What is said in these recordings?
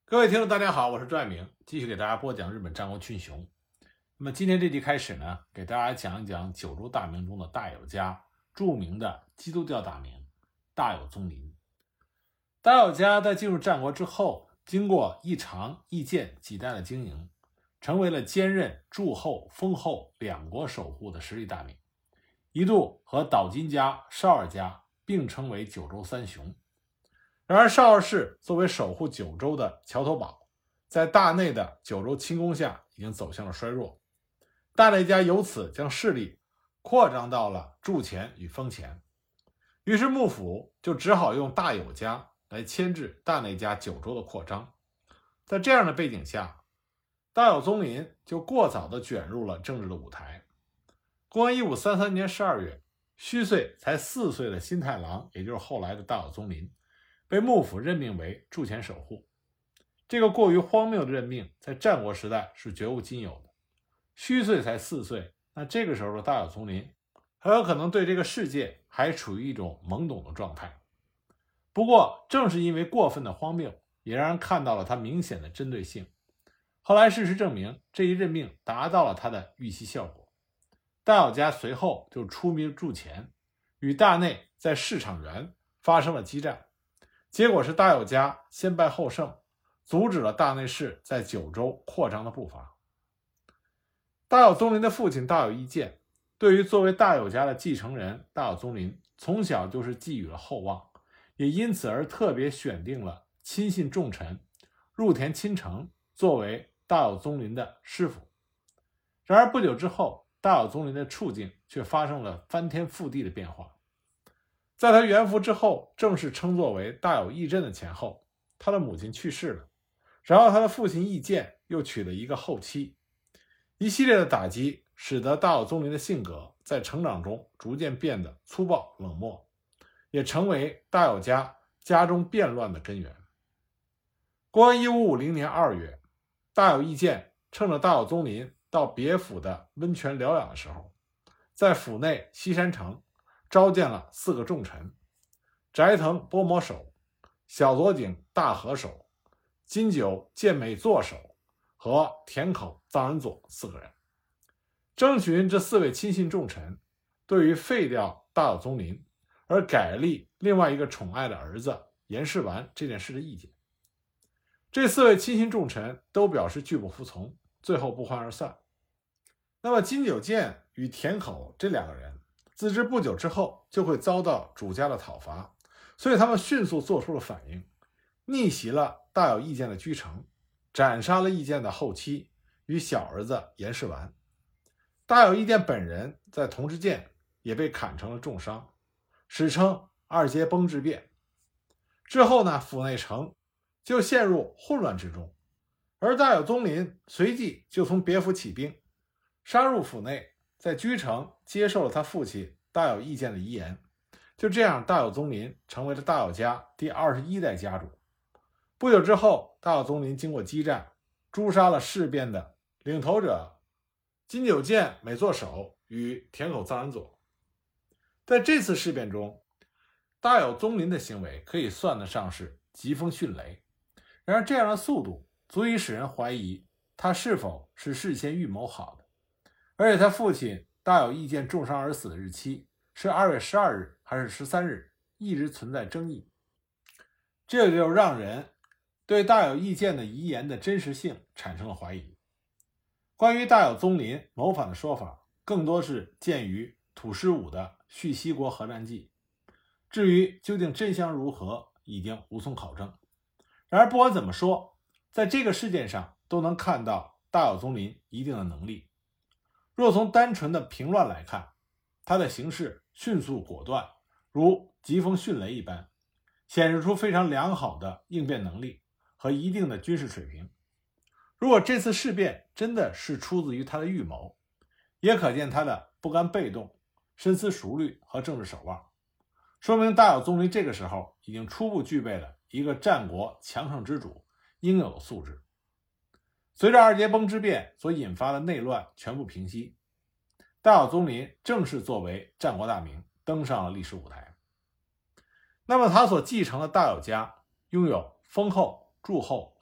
各位听众，大家好，我是朱爱明，继续给大家播讲日本战国群雄。那么今天这集开始呢，给大家讲一讲九州大名中的大友家，著名的基督教大名大友宗麟。大友家在进入战国之后，经过一长一健几代的经营，成为了兼任诸后、封后两国守护的实力大名，一度和岛津家、少尔家并称为九州三雄。然而少尔氏作为守护九州的桥头堡，在大内的九州侵攻下已经走向了衰弱。大内家由此将势力扩张到了筑前与丰前，于是幕府就只好用大友家来牵制大内家九州的扩张。在这样的背景下，大友宗麟就过早地卷入了政治的舞台。公元1533年12月，虚岁才4岁的新太郎，也就是后来的大友宗麟，被幕府任命为筑前守护。这个过于荒谬的任命在战国时代是绝无仅有的。虚岁才4岁，那这个时候的大友宗麟很有可能对这个世界还处于一种懵懂的状态。不过正是因为过分的荒谬，也让人看到了他明显的针对性。后来事实证明，这一任命达到了他的预期效果。大友家随后就出兵筑前，与大内在市场原发生了激战，结果是大友家先败后胜，阻止了大内氏在九州扩张的步伐。大友宗麟的父亲大友义建对于作为大友家的继承人大友宗麟从小就是寄予了厚望，也因此而特别选定了亲信重臣入田亲成作为大友宗麟的师傅。然而不久之后，大友宗麟的处境却发生了翻天覆地的变化。在他元服之后，正式称作为大友义镇的前后，他的母亲去世了，然后他的父亲义建又娶了一个后妻。一系列的打击使得大友宗麟的性格在成长中逐渐变得粗暴冷漠，也成为大友家中变乱的根源。公元1550年2月，大友义建趁着大友宗麟到别府的温泉疗养的时候，在府内西山城召见了4个重臣：斋藤波摩守、小佐井大和守、金久健美作守和田口藏人佐4个人，征询这4位亲信重臣对于废掉大友宗麟而改立另外一个宠爱的儿子严世丸这件事的意见。这4位亲信重臣都表示拒不服从，最后不欢而散。那么金久健与田口这2个人自知不久之后就会遭到主家的讨伐，所以他们迅速做出了反应，逆袭了大友义建的居城，斩杀了义建的后妻与小儿子严世丸。大友义建本人在同知见也被砍成了重伤，史称二阶崩之变。之后呢，府内城就陷入混乱之中，而大友宗麟随即就从别府起兵，杀入府内，在居城接受了他父亲大友义建的遗言。就这样，大友宗麟成为了大友家第21代家主。不久之后，大友宗麟经过激战，诛杀了事变的领头者金久健美作守与田口藏人佐。在这次事变中，大友宗麟的行为可以算得上是疾风迅雷，然而这样的速度足以使人怀疑他是否是事先预谋好的。而且他父亲大友义建重伤而死的日期是2月12日还是13日，一直存在争议。这就让人对大友义建的遗言的真实性产生了怀疑。关于大友宗麟谋反的说法，更多是见于土师武的《续西国合战记》，至于究竟真相如何，已经无从考证。然而不管怎么说，在这个事件上都能看到大友宗麟一定的能力。若从单纯的平乱来看，他的行事迅速果断，如疾风迅雷一般，显示出非常良好的应变能力和一定的军事水平。如果这次事变真的是出自于他的预谋，也可见他的不甘被动、深思熟虑和政治手腕，说明大友宗麟这个时候已经初步具备了一个战国强盛之主应有的素质。随着二阶崩之变所引发的内乱全部平息，大友宗麟正式作为战国大名登上了历史舞台。那么他所继承的大友家拥有丰厚、筑后、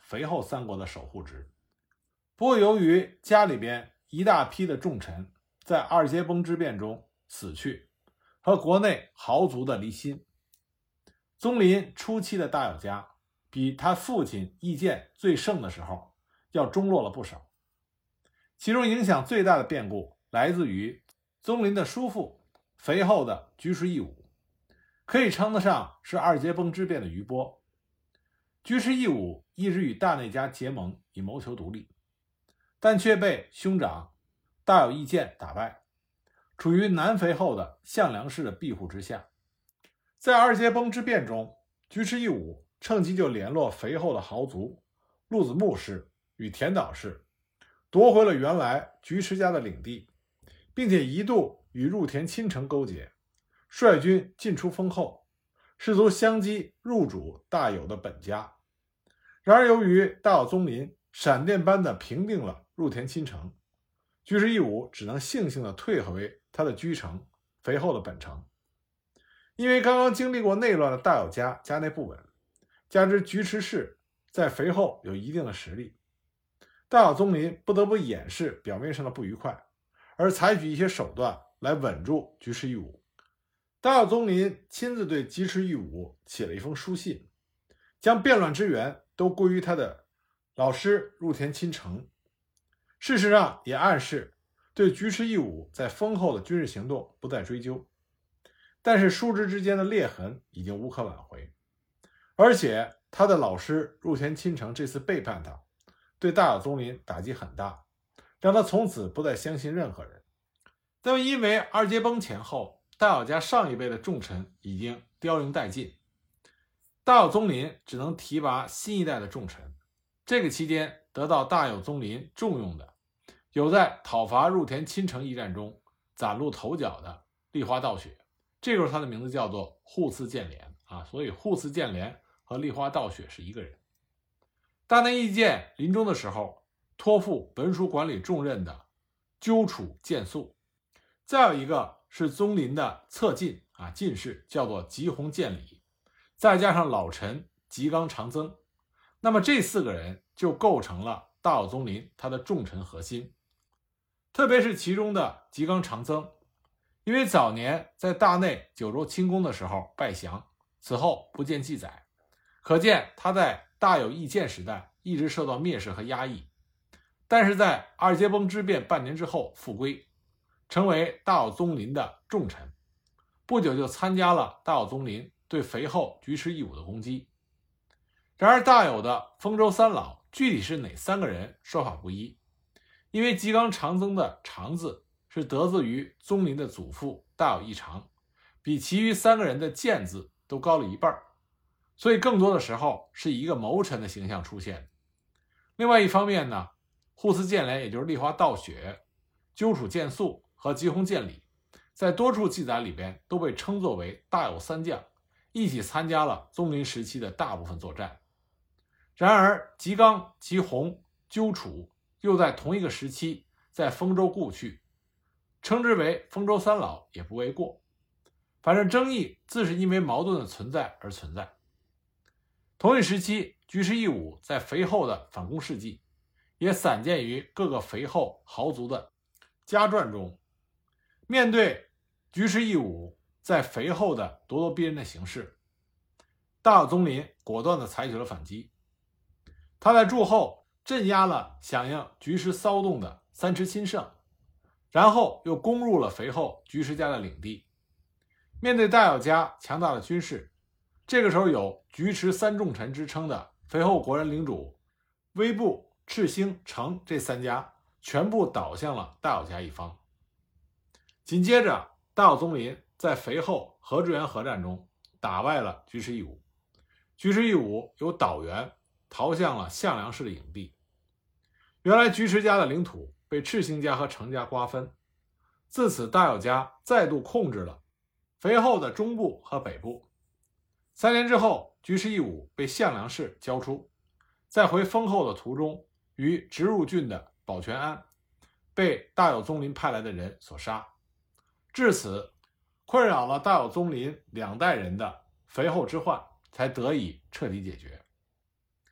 肥后三国的守护职。不过由于家里边一大批的重臣在二阶崩之变中死去，和国内豪族的离心，宗麟初期的大有家比他父亲义建最盛的时候要中落了不少。其中影响最大的变故来自于宗麟的叔父肥后的菊池义武，可以称得上是二阶崩之变的余波。菊池义武一直与大内家结盟，以谋求独立，但却被兄长大有义建打败，处于南肥后的项梁氏的庇护之下。在二阶崩之变中，菊池义武趁机就联络肥后的豪族陆子木氏与田岛氏，夺回了原来菊池家的领地，并且一度与入田亲城勾结，率军进出丰后，试图相击入主大有的本家。然而由于大有宗麟闪电般的平定了入田亲城，菊池义武只能悻悻地退回他的居城肥后的本城。因为刚刚经历过内乱的大有家家内不稳，加之菊池氏在肥后有一定的实力，大有宗麟不得不掩饰表面上的不愉快，而采取一些手段来稳住菊池义武。大有宗麟亲自对菊池义武写了一封书信，将变乱之源都归于他的老师入田亲城，事实上也暗示对菊池义武在丰后的军事行动不再追究。但是叔侄之间的裂痕已经无可挽回，而且他的老师入田亲城这次背叛他，对大有宗麟打击很大，让他从此不再相信任何人。那么因为二阶崩前后，大有家上一辈的重臣已经凋零殆尽，大有宗麟只能提拔新一代的重臣。这个期间得到大有宗麟重用的，有在讨伐入田亲城一战中崭露头角的立花道雪，这个时候他的名字叫做户次建连啊，所以户次建连和立花道雪是一个人。大内义建临终的时候托付文书管理重任的鸠楚建肃，再有一个是宗麟的侧近啊进士，叫做吉弘建礼，再加上老臣吉冈长增，那么这四个人就构成了大有宗麟他的重臣核心。特别是其中的吉冈长增，因为早年在大内九州清宫的时候败降，此后不见记载，可见他在大有义建时代一直受到蔑视和压抑，但是在二阶崩之变半年之后复归，成为大有宗麟的重臣，不久就参加了大有宗麟对肥后菊池义武的攻击。然而大有的丰州三老具体是哪三个人说法不一，因为吉冈长增的长字是得自于宗麟的祖父大有义长，比其余三个人的建字都高了一半，所以更多的时候是以一个谋臣的形象出现。另外一方面呢，户次建连也就是立花道雪、鸠楚建肃和吉弘建礼，在多处记载里边都被称作为大有三将，一起参加了宗麟时期的大部分作战。然而吉冈、吉弘、鸠楚又在同一个时期在丰州故去，称之为丰州三老也不为过。反正争议自是因为矛盾的存在而存在。同一时期，菊池义武在肥后的反攻事迹也散见于各个肥后豪族的家传中。面对菊池义武在肥后的咄咄逼人的形势，大有宗麟果断地采取了反击。他在驻后镇压了响应菊池骚动的三池亲胜，然后又攻入了肥后菊池家的领地。面对大有家强大的军事，这个时候有菊池三重臣之称的肥后国人领主微部、赤星、成这三家全部倒向了大有家一方。紧接着大有宗麟在肥后河之原合战中打败了菊池义武，菊池义武由岛原逃向了项梁氏的营地。原来菊池家的领土被赤星家和成家瓜分，自此大有家再度控制了肥后的中部和北部。3年之后，菊池义武被项梁氏交出，在回丰后的途中，于直入郡的保全安被大有宗麟派来的人所杀。至此，困扰了大有宗麟2代人的肥后之患才得以彻底解决。同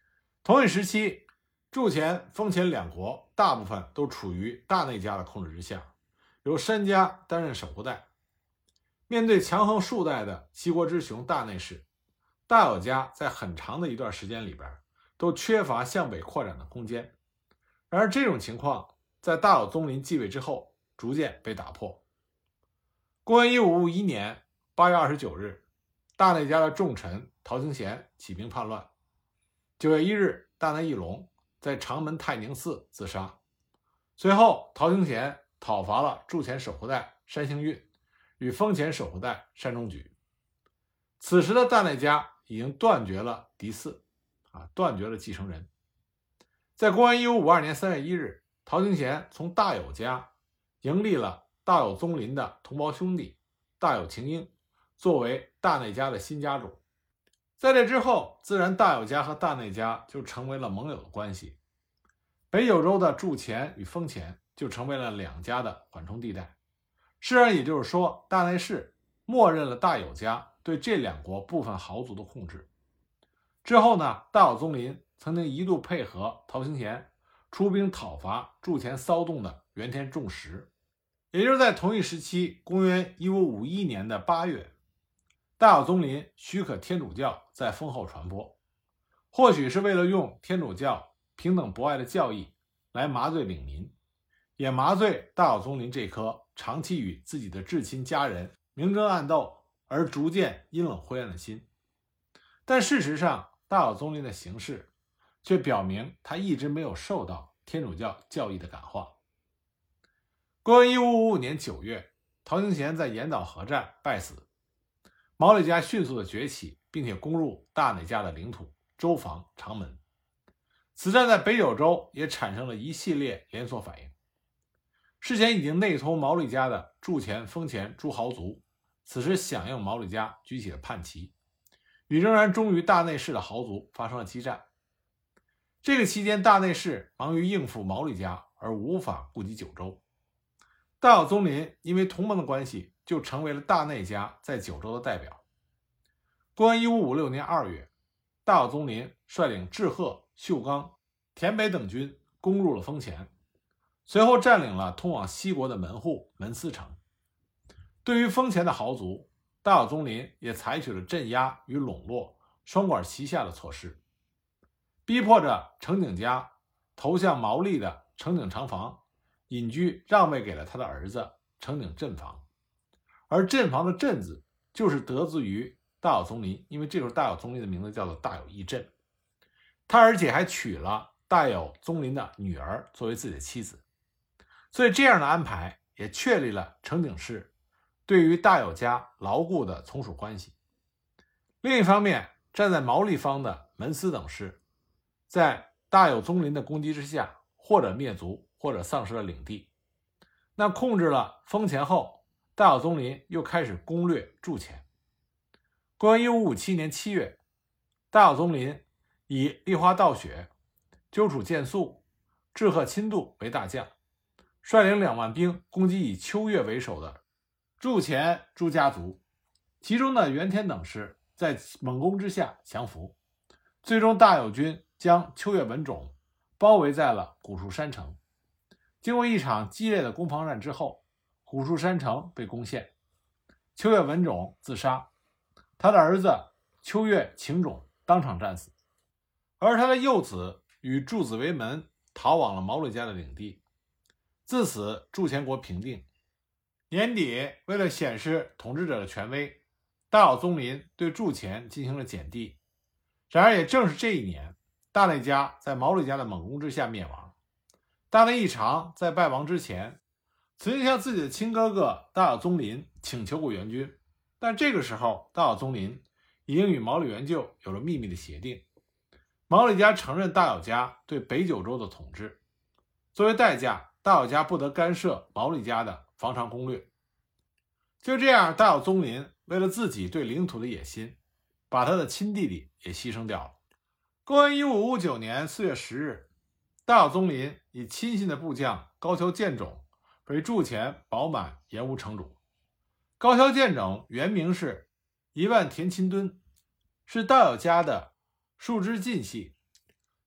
同一时期，筑前、丰前两国大部分都处于大内家的控制之下，由山家担任守护代。面对强横数代的七国之雄大内氏，大友家在很长的一段时间里边都缺乏向北扩展的空间。然而这种情况在大友宗麟继位之后逐渐被打破。公元1551年8月29日，大内家的重臣陶清贤起兵叛乱。9月1日，大内义隆在长门太宁寺自杀。随后，陶清贤讨伐了筑前守护代山兴运与丰前守护代山中举。此时的大内家已经断绝了嫡嗣，断绝了继承人。在公元1552年3月1日，陶清贤从大友家迎立了大友宗麟的同胞兄弟大友晴英作为大内家的新家主。在这之后，自然大友家和大内家就成为了盟友的关系。北九州的筑前与丰前就成为了两家的缓冲地带。事实上也就是说，大内氏默认了大友家对这两国部分豪族的控制。之后呢，大友宗麟曾经一度配合陶清贤出兵讨伐筑前骚动的原田重实。也就是在同一时期，公元1551年的8月，大友宗麟许可天主教在丰后传播，或许是为了用天主教平等博爱的教义来麻醉领民，也麻醉大友宗麟这颗长期与自己的至亲家人明争暗斗而逐渐阴冷灰暗的心。但事实上，大友宗麟的行事却表明他一直没有受到天主教教义的感化。公元1555年9月，陶清贤在岩岛合战败死，毛利家迅速的崛起，并且攻入大内家的领土，州防长门。此战在北九州也产生了一系列连锁反应。事前已经内通毛利家的筑前、丰前诸豪族，此时响应毛利家举起了叛旗，与仍然忠于大内氏的豪族发生了激战。这个期间，大内氏忙于应付毛利家，而无法顾及九州。大友宗麟因为同盟的关系，就成为了大内家在九州的代表。公元1556年2月，大友宗麟率领志贺、秀刚、田北等军攻入了丰前，随后占领了通往西国的门户门司城。对于丰前的豪族，大友宗麟也采取了镇压与笼络双管齐下的措施，逼迫着成井家投向毛利的成井长房隐居让位给了他的儿子成井振房。而振房的振字就是得自于大友宗麟，因为这时候大友宗麟的名字叫做大友义振，他而且还娶了大友宗麟的女儿作为自己的妻子。所以这样的安排也确立了成井氏对于大友家牢固的从属关系。另一方面，站在毛利方的门司等氏在大友宗麟的攻击之下，或者灭族，或者丧失了领地。那控制了丰前后，大友宗麟又开始攻略筑前。公元1557年7月，大友宗麟以立花道雪、鸠处健素、志贺亲度为大将，率领2万兵攻击以秋月为首的筑前诸家族，其中的原田等氏在猛攻之下降服。最终大友军将秋月文种包围在了古树山城。经过一场激烈的攻防战之后，古树山城被攻陷，秋月文种自杀，他的儿子秋月晴种当场战死，而他的幼子与筑子为门逃往了毛利家的领地。自此筑前国平定。年底，为了显示统治者的权威，大友宗麟对筑前进行了减地。然而也正是这一年，大内家在毛利家的猛攻之下灭亡。大内义长在败亡之前曾经向自己的亲哥哥大友宗麟请求过援军，但这个时候大友宗麟已经与毛利元就有了秘密的协定。毛利家承认大友家对北九州的统治，作为代价，大友家不得干涉毛利家的防长攻略。就这样，大友宗麟为了自己对领土的野心，把他的亲弟弟也牺牲掉了。公元1559年4月10日，大友宗麟以亲信的部将高桥建种为筑前保满岩屋城主。高桥建种原名是一万田亲敦，是大友家的树枝近系，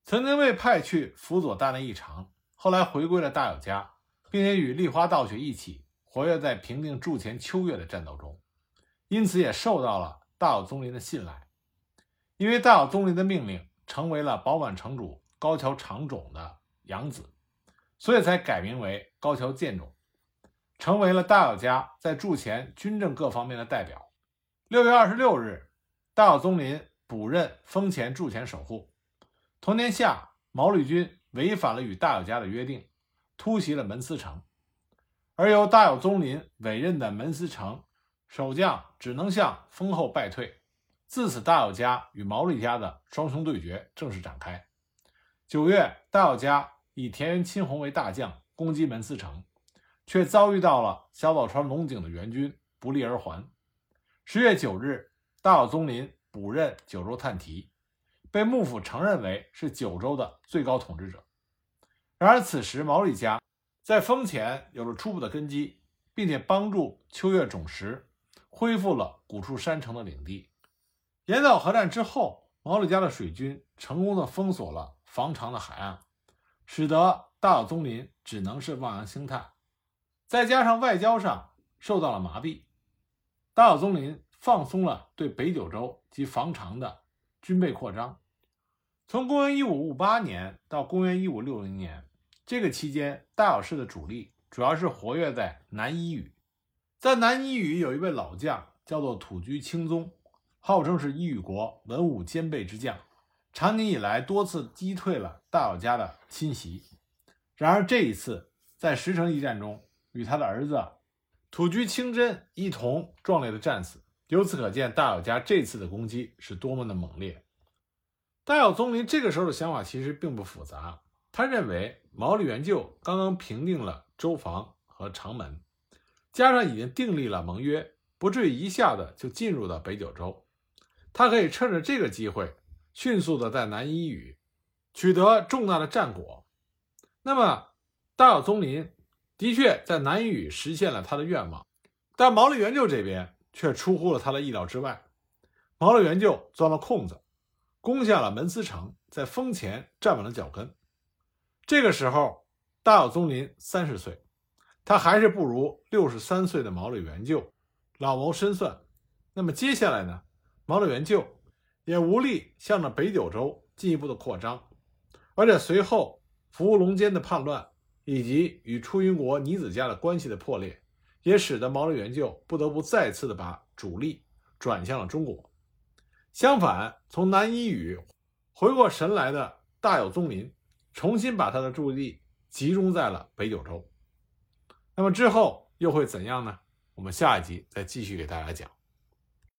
曾经被派去辅佐大内义长，后来回归了大友家，并且与立花道学一起活跃在平定筑前秋月的战斗中，因此也受到了大友宗麟的信赖。因为大友宗麟的命令，成为了保管城主高桥长种的养子，所以才改名为高桥建种，成为了大友家在筑前军政各方面的代表。6月26日，大友宗麟补任丰前筑前守护。同年夏，毛利军违反了与大友家的约定，突袭了门司城，而由大友宗麟委任的门司城守将只能向丰后败退。自此，大友家与毛利家的双雄对决正式展开。9月，大友家以田园亲弘为大将攻击门司城，却遭遇到了小早川龙井的援军，不力而还。10月9日，大友宗麟补任九州探题，被幕府承认为是九州的最高统治者。然而此时毛利家在丰前有了初步的根基，并且帮助秋月种实恢复了古树山城的领地。岩岛合战之后，毛利家的水军成功的封锁了房长的海岸，使得大友宗麟只能是望洋兴叹。再加上外交上受到了麻痹，大友宗麟放松了对北九州及房长的军备扩张。从公元1558年到公元1560年，这个期间大友氏的主力主要是活跃在南伊予。在南伊予有一位老将叫做土居清宗，号称是伊予国文武兼备之将，长年以来多次击退了大友家的侵袭。然而这一次在石城一战中，与他的儿子土居清真一同壮烈的战死。由此可见，大友家这次的攻击是多么的猛烈。大友宗麟这个时候的想法其实并不复杂，他认为毛利元就刚刚平定了州防和长门，加上已经订立了盟约，不至于一下子就进入到北九州。他可以趁着这个机会，迅速的在南伊予取得重大的战果。那么大友宗麟的确在南伊予实现了他的愿望，但毛利元就这边却出乎了他的意料之外。毛利元就钻了空子，攻下了门司城，在丰前站稳了脚跟。这个时候大友宗麟30岁，他还是不如63岁的毛利元就老谋深算。那么接下来呢，毛利元就也无力向着北九州进一步的扩张，而且随后伏乌龙间的叛乱以及与出云国尼子家的关系的破裂，也使得毛利元就不得不再次的把主力转向了中国。相反，从南伊予回过神来的大友宗麟重新把他的注意力集中在了北九州。那么之后又会怎样呢？我们下一集再继续给大家讲。